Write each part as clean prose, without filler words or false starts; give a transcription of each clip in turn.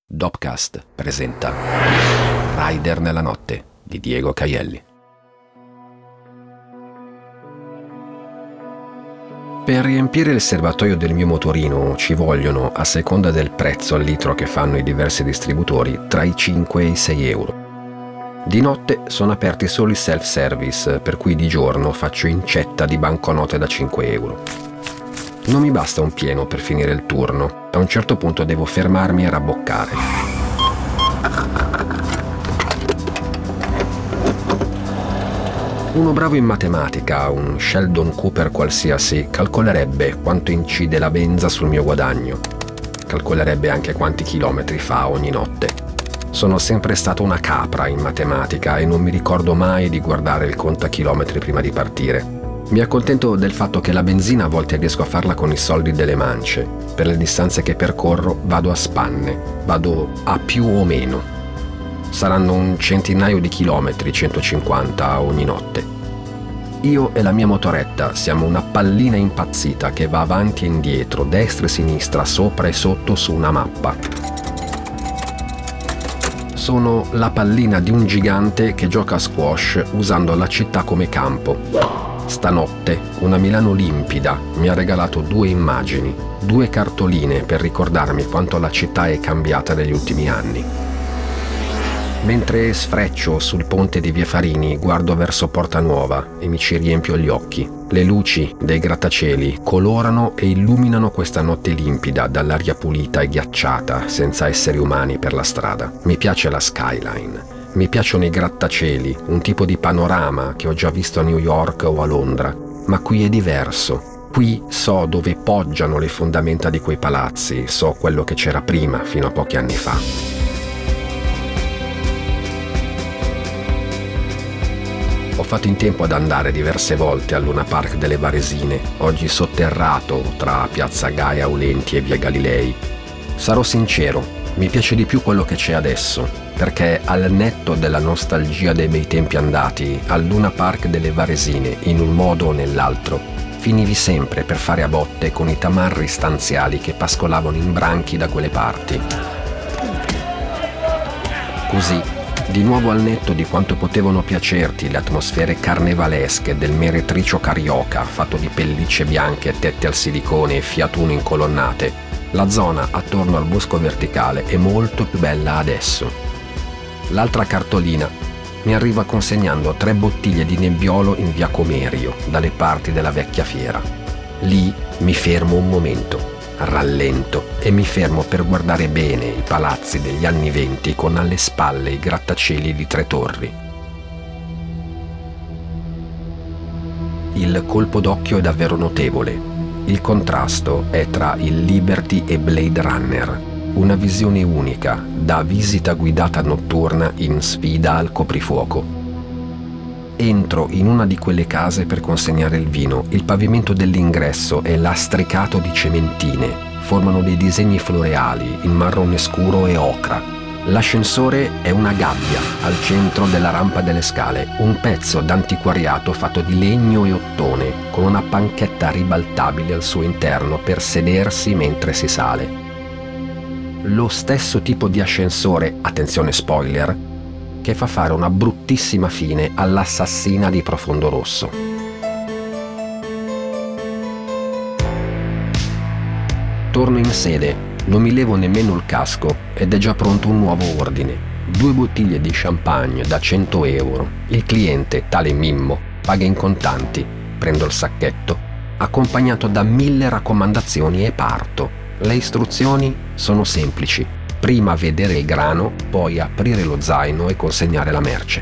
Dopcast presenta Rider nella notte di Diego Caielli. Per riempire il serbatoio del mio motorino ci vogliono, a seconda del prezzo al litro che fanno i diversi distributori, tra i 5 e i 6 euro. Di notte sono aperti solo i self-service, per cui di giorno faccio incetta di banconote da 5 euro. Non mi basta un pieno per finire il turno. A un certo punto devo fermarmi e rabboccare. Uno bravo in matematica, un Sheldon Cooper qualsiasi, calcolerebbe quanto incide la benza sul mio guadagno. Calcolerebbe anche quanti chilometri fa ogni notte. Sono sempre stato una capra in matematica e non mi ricordo mai di guardare il contachilometri prima di partire. Mi accontento del fatto che la benzina a volte riesco a farla con i soldi delle mance. Per le distanze che percorro vado a spanne, vado a più o meno. Saranno un centinaio di chilometri, 150 ogni notte. Io e la mia motoretta siamo una pallina impazzita che va avanti e indietro, destra e sinistra, sopra e sotto su una mappa. Sono la pallina di un gigante che gioca a squash usando la città come campo. Stanotte una Milano limpida mi ha regalato 2 immagini, 2 cartoline per ricordarmi quanto la città è cambiata negli ultimi anni. Mentre sfreccio sul ponte di Via Farini guardo verso Porta Nuova e mi ci riempio gli occhi. Le luci dei grattacieli colorano e illuminano questa notte limpida dall'aria pulita e ghiacciata senza esseri umani per la strada. Mi piace la skyline. Mi piacciono i grattacieli, un tipo di panorama che ho già visto a New York o a Londra, ma qui è diverso. Qui so dove poggiano le fondamenta di quei palazzi, so quello che c'era prima, fino a pochi anni fa. Ho fatto in tempo ad andare diverse volte al Luna Park delle Varesine, oggi sotterrato tra Piazza Gaia Aulenti e Via Galilei. Sarò sincero, mi piace di più quello che c'è adesso, perché al netto della nostalgia dei bei tempi andati, al Luna Park delle Varesine, in un modo o nell'altro, finivi sempre per fare a botte con i tamarri stanziali che pascolavano in branchi da quelle parti. Così, di nuovo al netto di quanto potevano piacerti le atmosfere carnevalesche del meretricio carioca, fatto di pellicce bianche, tette al silicone e fiatuno in colonnate, la zona attorno al bosco verticale è molto più bella adesso. L'altra cartolina mi arriva consegnando 3 bottiglie di Nebbiolo in via Comerio, dalle parti della vecchia fiera. Lì mi fermo un momento, rallento e mi fermo per guardare bene i palazzi degli anni '20 con alle spalle i grattacieli di 3 torri. Il colpo d'occhio è davvero notevole. Il contrasto è tra il Liberty e Blade Runner. Una visione unica, da visita guidata notturna in sfida al coprifuoco. Entro in una di quelle case per consegnare il vino. Il pavimento dell'ingresso è lastricato di cementine. Formano dei disegni floreali in marrone scuro e ocra. L'ascensore è una gabbia al centro della rampa delle scale, un pezzo d'antiquariato fatto di legno e ottone, con una panchetta ribaltabile al suo interno per sedersi mentre si sale. Lo stesso tipo di ascensore, attenzione spoiler, che fa fare una bruttissima fine all'assassina di Profondo Rosso. Torno in sede, non mi levo nemmeno il casco ed è già pronto un nuovo ordine. 2 bottiglie di champagne da 100 euro. Il cliente, tale Mimmo, paga in contanti, prendo il sacchetto, accompagnato da 1000 raccomandazioni e parto. Le istruzioni sono semplici. Prima vedere il grano, poi aprire lo zaino e consegnare la merce.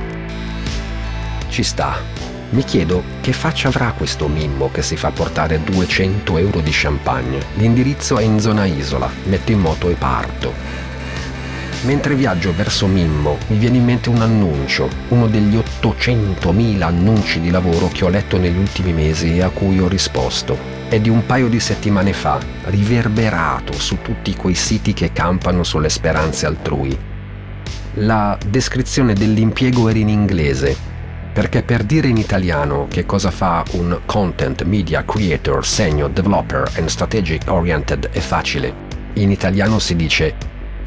Ci sta. Mi chiedo che faccia avrà questo Mimmo che si fa portare 200 euro di champagne. L'indirizzo è in zona Isola, metto in moto e parto. Mentre viaggio verso Mimmo mi viene in mente un annuncio, uno degli 800.000 annunci di lavoro che ho letto negli ultimi mesi e a cui ho risposto. È di un paio di settimane fa, riverberato su tutti quei siti che campano sulle speranze altrui. La descrizione dell'impiego era in inglese, perché per dire in italiano che cosa fa un Content Media Creator Senior Developer and Strategic Oriented è facile. In italiano si dice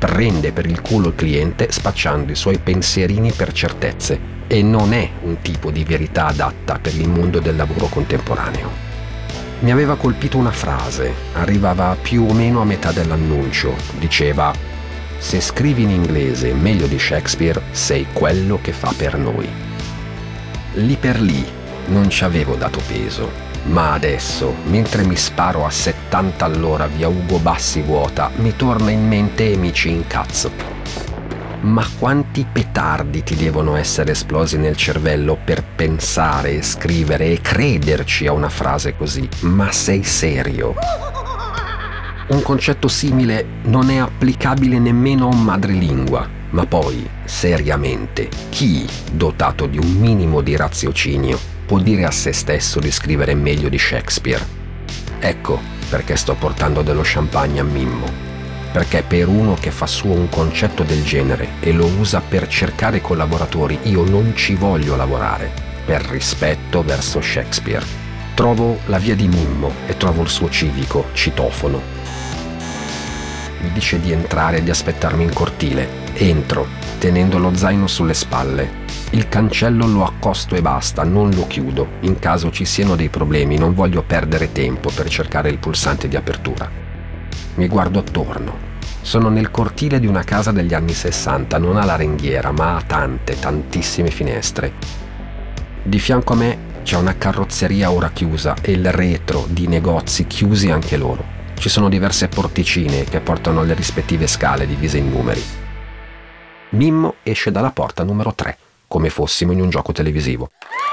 prende per il culo il cliente spacciando i suoi pensierini per certezze e non è un tipo di verità adatta per il mondo del lavoro contemporaneo. Mi aveva colpito una frase, arrivava più o meno a metà dell'annuncio, diceva: se scrivi in inglese meglio di Shakespeare, sei quello che fa per noi. Lì per lì non ci avevo dato peso, ma adesso, mentre mi sparo a 70 all'ora via Ugo Bassi vuota, mi torna in mente e mi ci incazzo. Ma quanti petardi ti devono essere esplosi nel cervello per pensare, scrivere e crederci a una frase così? Ma sei serio? Un concetto simile non è applicabile nemmeno a un madrelingua, ma poi, seriamente, chi, dotato di un minimo di raziocinio, può dire a se stesso di scrivere meglio di Shakespeare? Ecco perché sto portando dello champagne a Mimmo. Perché per uno che fa suo un concetto del genere e lo usa per cercare collaboratori, io non ci voglio lavorare, per rispetto verso Shakespeare. Trovo la via di Mimmo e trovo il suo civico, citofono. Mi dice di entrare e di aspettarmi in cortile. Entro, tenendo lo zaino sulle spalle. Il cancello lo accosto e basta, non lo chiudo. In caso ci siano dei problemi, non voglio perdere tempo per cercare il pulsante di apertura. Mi guardo attorno. Sono nel cortile di una casa degli anni 60, non ha la ringhiera, ma ha tantissime finestre. Di fianco a me c'è una carrozzeria ora chiusa e il retro di negozi chiusi anche loro. Ci sono diverse porticine che portano alle rispettive scale divise in numeri. Mimmo esce dalla porta numero 3, come fossimo in un gioco televisivo.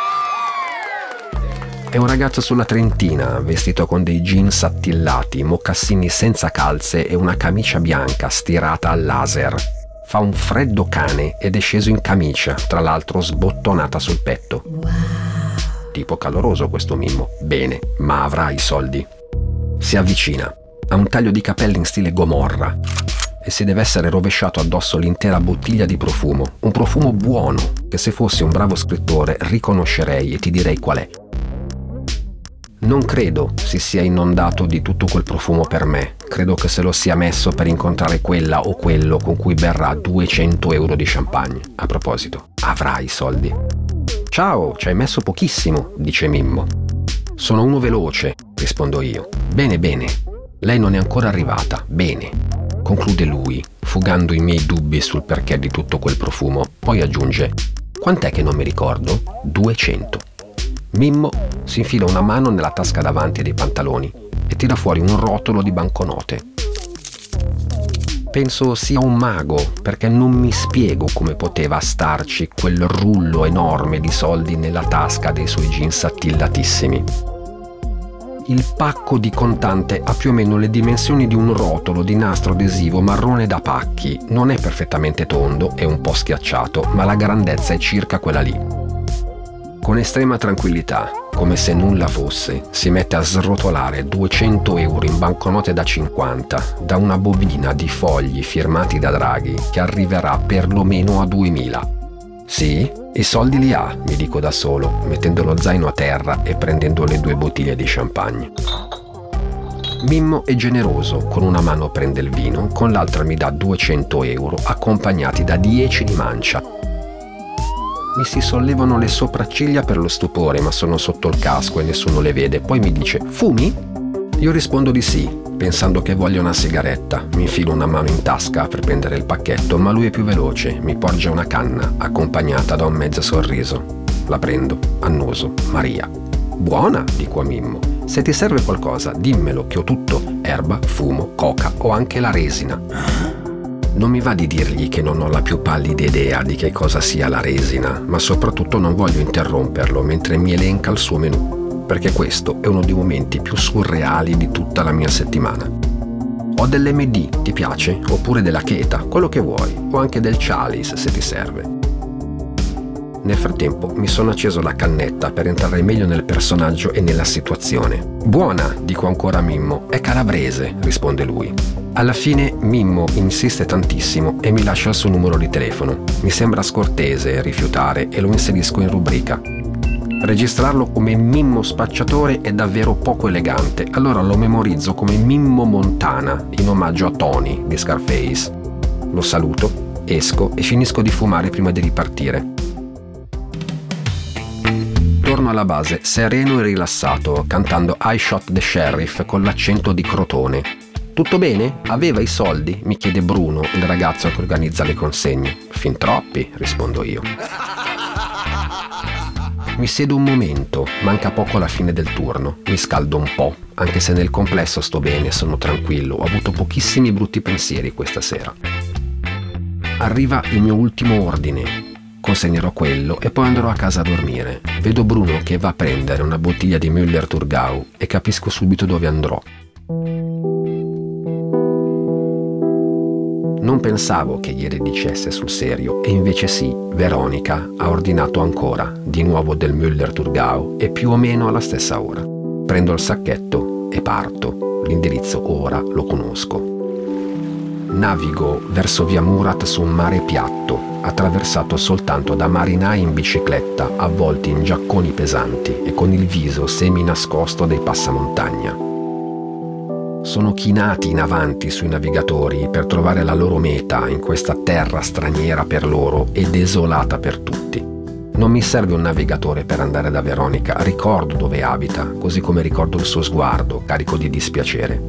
È un ragazzo sulla trentina, vestito con dei jeans attillati, mocassini senza calze e una camicia bianca stirata al laser. Fa un freddo cane ed è sceso in camicia, tra l'altro sbottonata sul petto. Wow. Tipo caloroso questo Mimmo. Bene, ma avrà i soldi. Si avvicina. Ha un taglio di capelli in stile Gomorra e si deve essere rovesciato addosso l'intera bottiglia di profumo. Un profumo buono, che se fossi un bravo scrittore riconoscerei e ti direi qual è. Non credo si sia inondato di tutto quel profumo per me. Credo che se lo sia messo per incontrare quella o quello con cui berrà 200 euro di champagne. A proposito, avrai i soldi. Ciao, ci hai messo pochissimo, dice Mimmo. Sono uno veloce, rispondo io. Bene, bene. Lei non è ancora arrivata. Bene. Conclude lui, fugando i miei dubbi sul perché di tutto quel profumo. Poi aggiunge: quant'è che non mi ricordo? 200. Mimmo si infila una mano nella tasca davanti dei pantaloni e tira fuori un rotolo di banconote. Penso sia un mago, perché non mi spiego come poteva starci quel rullo enorme di soldi nella tasca dei suoi jeans attillatissimi. Il pacco di contante ha più o meno le dimensioni di un rotolo di nastro adesivo marrone da pacchi. Non è perfettamente tondo, è un po' schiacciato, ma la grandezza è circa quella lì. Con estrema tranquillità, come se nulla fosse, si mette a srotolare 200 euro in banconote da 50 da una bobina di fogli firmati da Draghi che arriverà perlomeno a 2000. Sì, i soldi li ha, mi dico da solo, mettendo lo zaino a terra e prendendo le 2 bottiglie di champagne. Mimmo è generoso, con una mano prende il vino, con l'altra mi dà 200 euro accompagnati da 10 di mancia. Mi si sollevano le sopracciglia per lo stupore, ma sono sotto il casco e nessuno le vede. Poi mi dice: fumi? Io rispondo di sì, pensando che voglia una sigaretta. Mi infilo una mano in tasca per prendere il pacchetto, ma lui è più veloce. Mi porge una canna, accompagnata da un mezzo sorriso. La prendo, annoso. Maria. Buona, dico a Mimmo. Se ti serve qualcosa, dimmelo, che ho tutto. Erba, fumo, coca o anche la resina. Non mi va di dirgli che non ho la più pallida idea di che cosa sia la resina, ma soprattutto non voglio interromperlo mentre mi elenca il suo menù, perché questo è uno dei momenti più surreali di tutta la mia settimana. Ho dell'MD, ti piace? Oppure della Cheta, quello che vuoi, o anche del Chalice se ti serve. Nel frattempo mi sono acceso la cannetta per entrare meglio nel personaggio e nella situazione. Buona, dico ancora a Mimmo, è calabrese, risponde lui. Alla fine Mimmo insiste tantissimo e mi lascia il suo numero di telefono. Mi sembra scortese rifiutare e lo inserisco in rubrica. Registrarlo come Mimmo spacciatore è davvero poco elegante, allora lo memorizzo come Mimmo Montana, in omaggio a Tony di Scarface. Lo saluto, esco e finisco di fumare prima di ripartire. Torno alla base sereno e rilassato, cantando I Shot the Sheriff con l'accento di Crotone. Tutto bene? Aveva i soldi? Mi chiede Bruno, il ragazzo che organizza le consegne. Fin troppi, rispondo io. Mi siedo un momento, manca poco alla fine del turno, mi scaldo un po', anche se nel complesso sto bene, sono tranquillo, ho avuto pochissimi brutti pensieri questa sera. Arriva il mio ultimo ordine, consegnerò quello e poi andrò a casa a dormire. Vedo Bruno che va a prendere una bottiglia di Müller-Thurgau e capisco subito dove andrò. Non pensavo che ieri dicesse sul serio, e invece sì, Veronica ha ordinato ancora, di nuovo del Müller-Thurgau e più o meno alla stessa ora. Prendo il sacchetto e parto. L'indirizzo ora lo conosco. Navigo verso via Murat su un mare piatto, attraversato soltanto da marinai in bicicletta, avvolti in giacconi pesanti e con il viso semi-nascosto dei passamontagna. Sono chinati in avanti sui navigatori per trovare la loro meta in questa terra straniera per loro e desolata per tutti. Non mi serve un navigatore per andare da Veronica, ricordo dove abita, così come ricordo il suo sguardo, carico di dispiacere.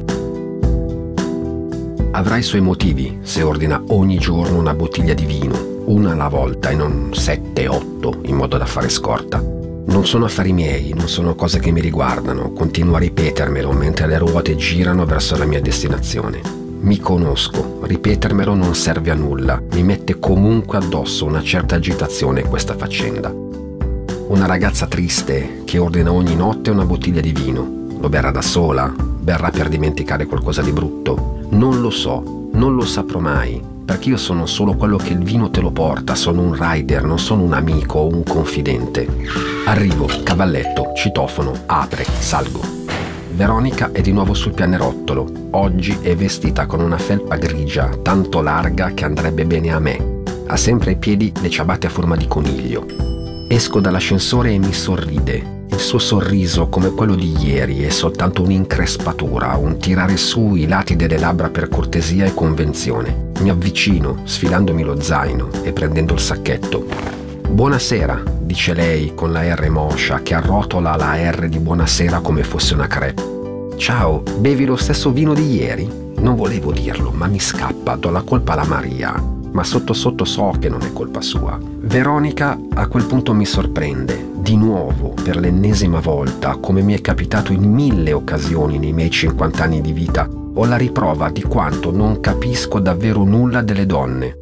Avrà i suoi motivi se ordina ogni giorno una bottiglia di vino, una alla volta e non 7-8 in modo da fare scorta. Non sono affari miei, non sono cose che mi riguardano, continuo a ripetermelo mentre le ruote girano verso la mia destinazione. Mi conosco, ripetermelo non serve a nulla, mi mette comunque addosso una certa agitazione questa faccenda. Una ragazza triste che ordina ogni notte una bottiglia di vino. Lo berrà da sola? Berrà per dimenticare qualcosa di brutto? Non lo so, non lo saprò mai, perché io sono solo quello che il vino te lo porta, sono un rider, non sono un amico o un confidente. Arrivo, cavalletto, citofono, apre, salgo. Veronica è di nuovo sul pianerottolo. Oggi è vestita con una felpa grigia, tanto larga che andrebbe bene a me. Ha sempre ai piedi le ciabatte a forma di coniglio. Esco dall'ascensore e mi sorride. Il suo sorriso, come quello di ieri, è soltanto un'increspatura, un tirare su i lati delle labbra per cortesia e convenzione. Mi avvicino, sfilandomi lo zaino e prendendo il sacchetto. «Buonasera», dice lei con la R moscia che arrotola la R di buonasera come fosse una crepe. «Ciao, bevi lo stesso vino di ieri?» Non volevo dirlo, ma mi scappa, do la colpa alla Maria. Ma sotto sotto so che non è colpa sua. Veronica a quel punto mi sorprende, di nuovo, per l'ennesima volta, come mi è capitato in 1000 occasioni nei miei 50 anni di vita. Ho la riprova di quanto non capisco davvero nulla delle donne.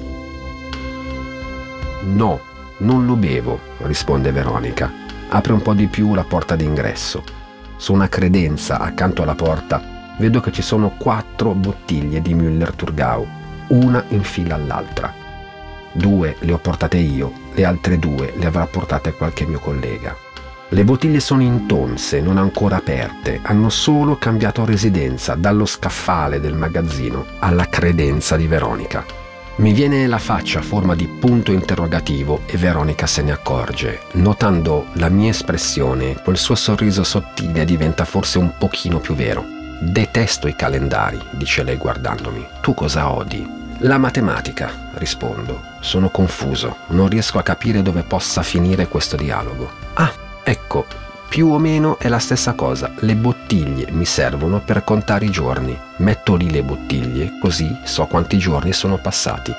«No, non lo bevo», risponde Veronica. Apre un po' di più la porta d'ingresso. Su una credenza accanto alla porta vedo che ci sono 4 bottiglie di Müller-Thurgau, una in fila all'altra. 2 le ho portate io, le altre 2 le avrà portate qualche mio collega. Le bottiglie sono intonse, non ancora aperte, hanno solo cambiato residenza dallo scaffale del magazzino alla credenza di Veronica. Mi viene la faccia a forma di punto interrogativo e Veronica se ne accorge. Notando la mia espressione, quel suo sorriso sottile diventa forse un pochino più vero. «Detesto i calendari», dice lei guardandomi. «Tu cosa odi?» «La matematica», rispondo. Sono confuso, non riesco a capire dove possa finire questo dialogo. «Ah, ecco, più o meno è la stessa cosa. Le bottiglie mi servono per contare i giorni. Metto lì le bottiglie, così so quanti giorni sono passati».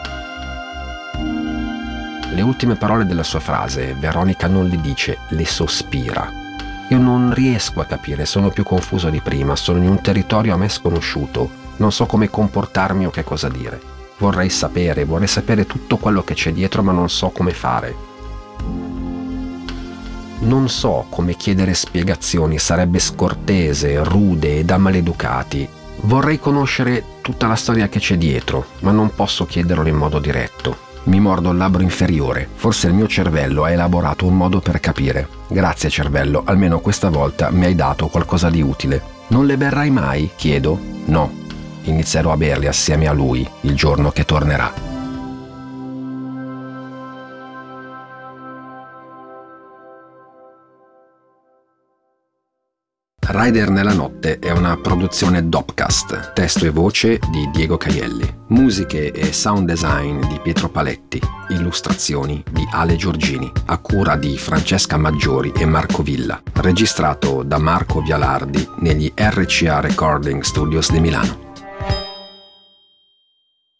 Le ultime parole della sua frase Veronica non le dice, le sospira. Io non riesco a capire, sono più confuso di prima, sono in un territorio a me sconosciuto, non so come comportarmi o che cosa dire. Vorrei sapere tutto quello che c'è dietro, ma non so come fare. Non so come chiedere spiegazioni, sarebbe scortese, rude e da maleducati. Vorrei conoscere tutta la storia che c'è dietro, ma non posso chiederlo in modo diretto. Mi mordo il labbro inferiore, forse il mio cervello ha elaborato un modo per capire. Grazie cervello, almeno questa volta mi hai dato qualcosa di utile. Non le berrai mai? Chiedo. No. Inizierò a berli assieme a lui il giorno che tornerà. Rider nella notte è una produzione Dopcast, testo e voce di Diego Caielli, musiche e sound design di Pietro Paletti, illustrazioni di Ale Giorgini, a cura di Francesca Maggiori e Marco Villa, registrato da Marco Vialardi negli RCA Recording Studios di Milano.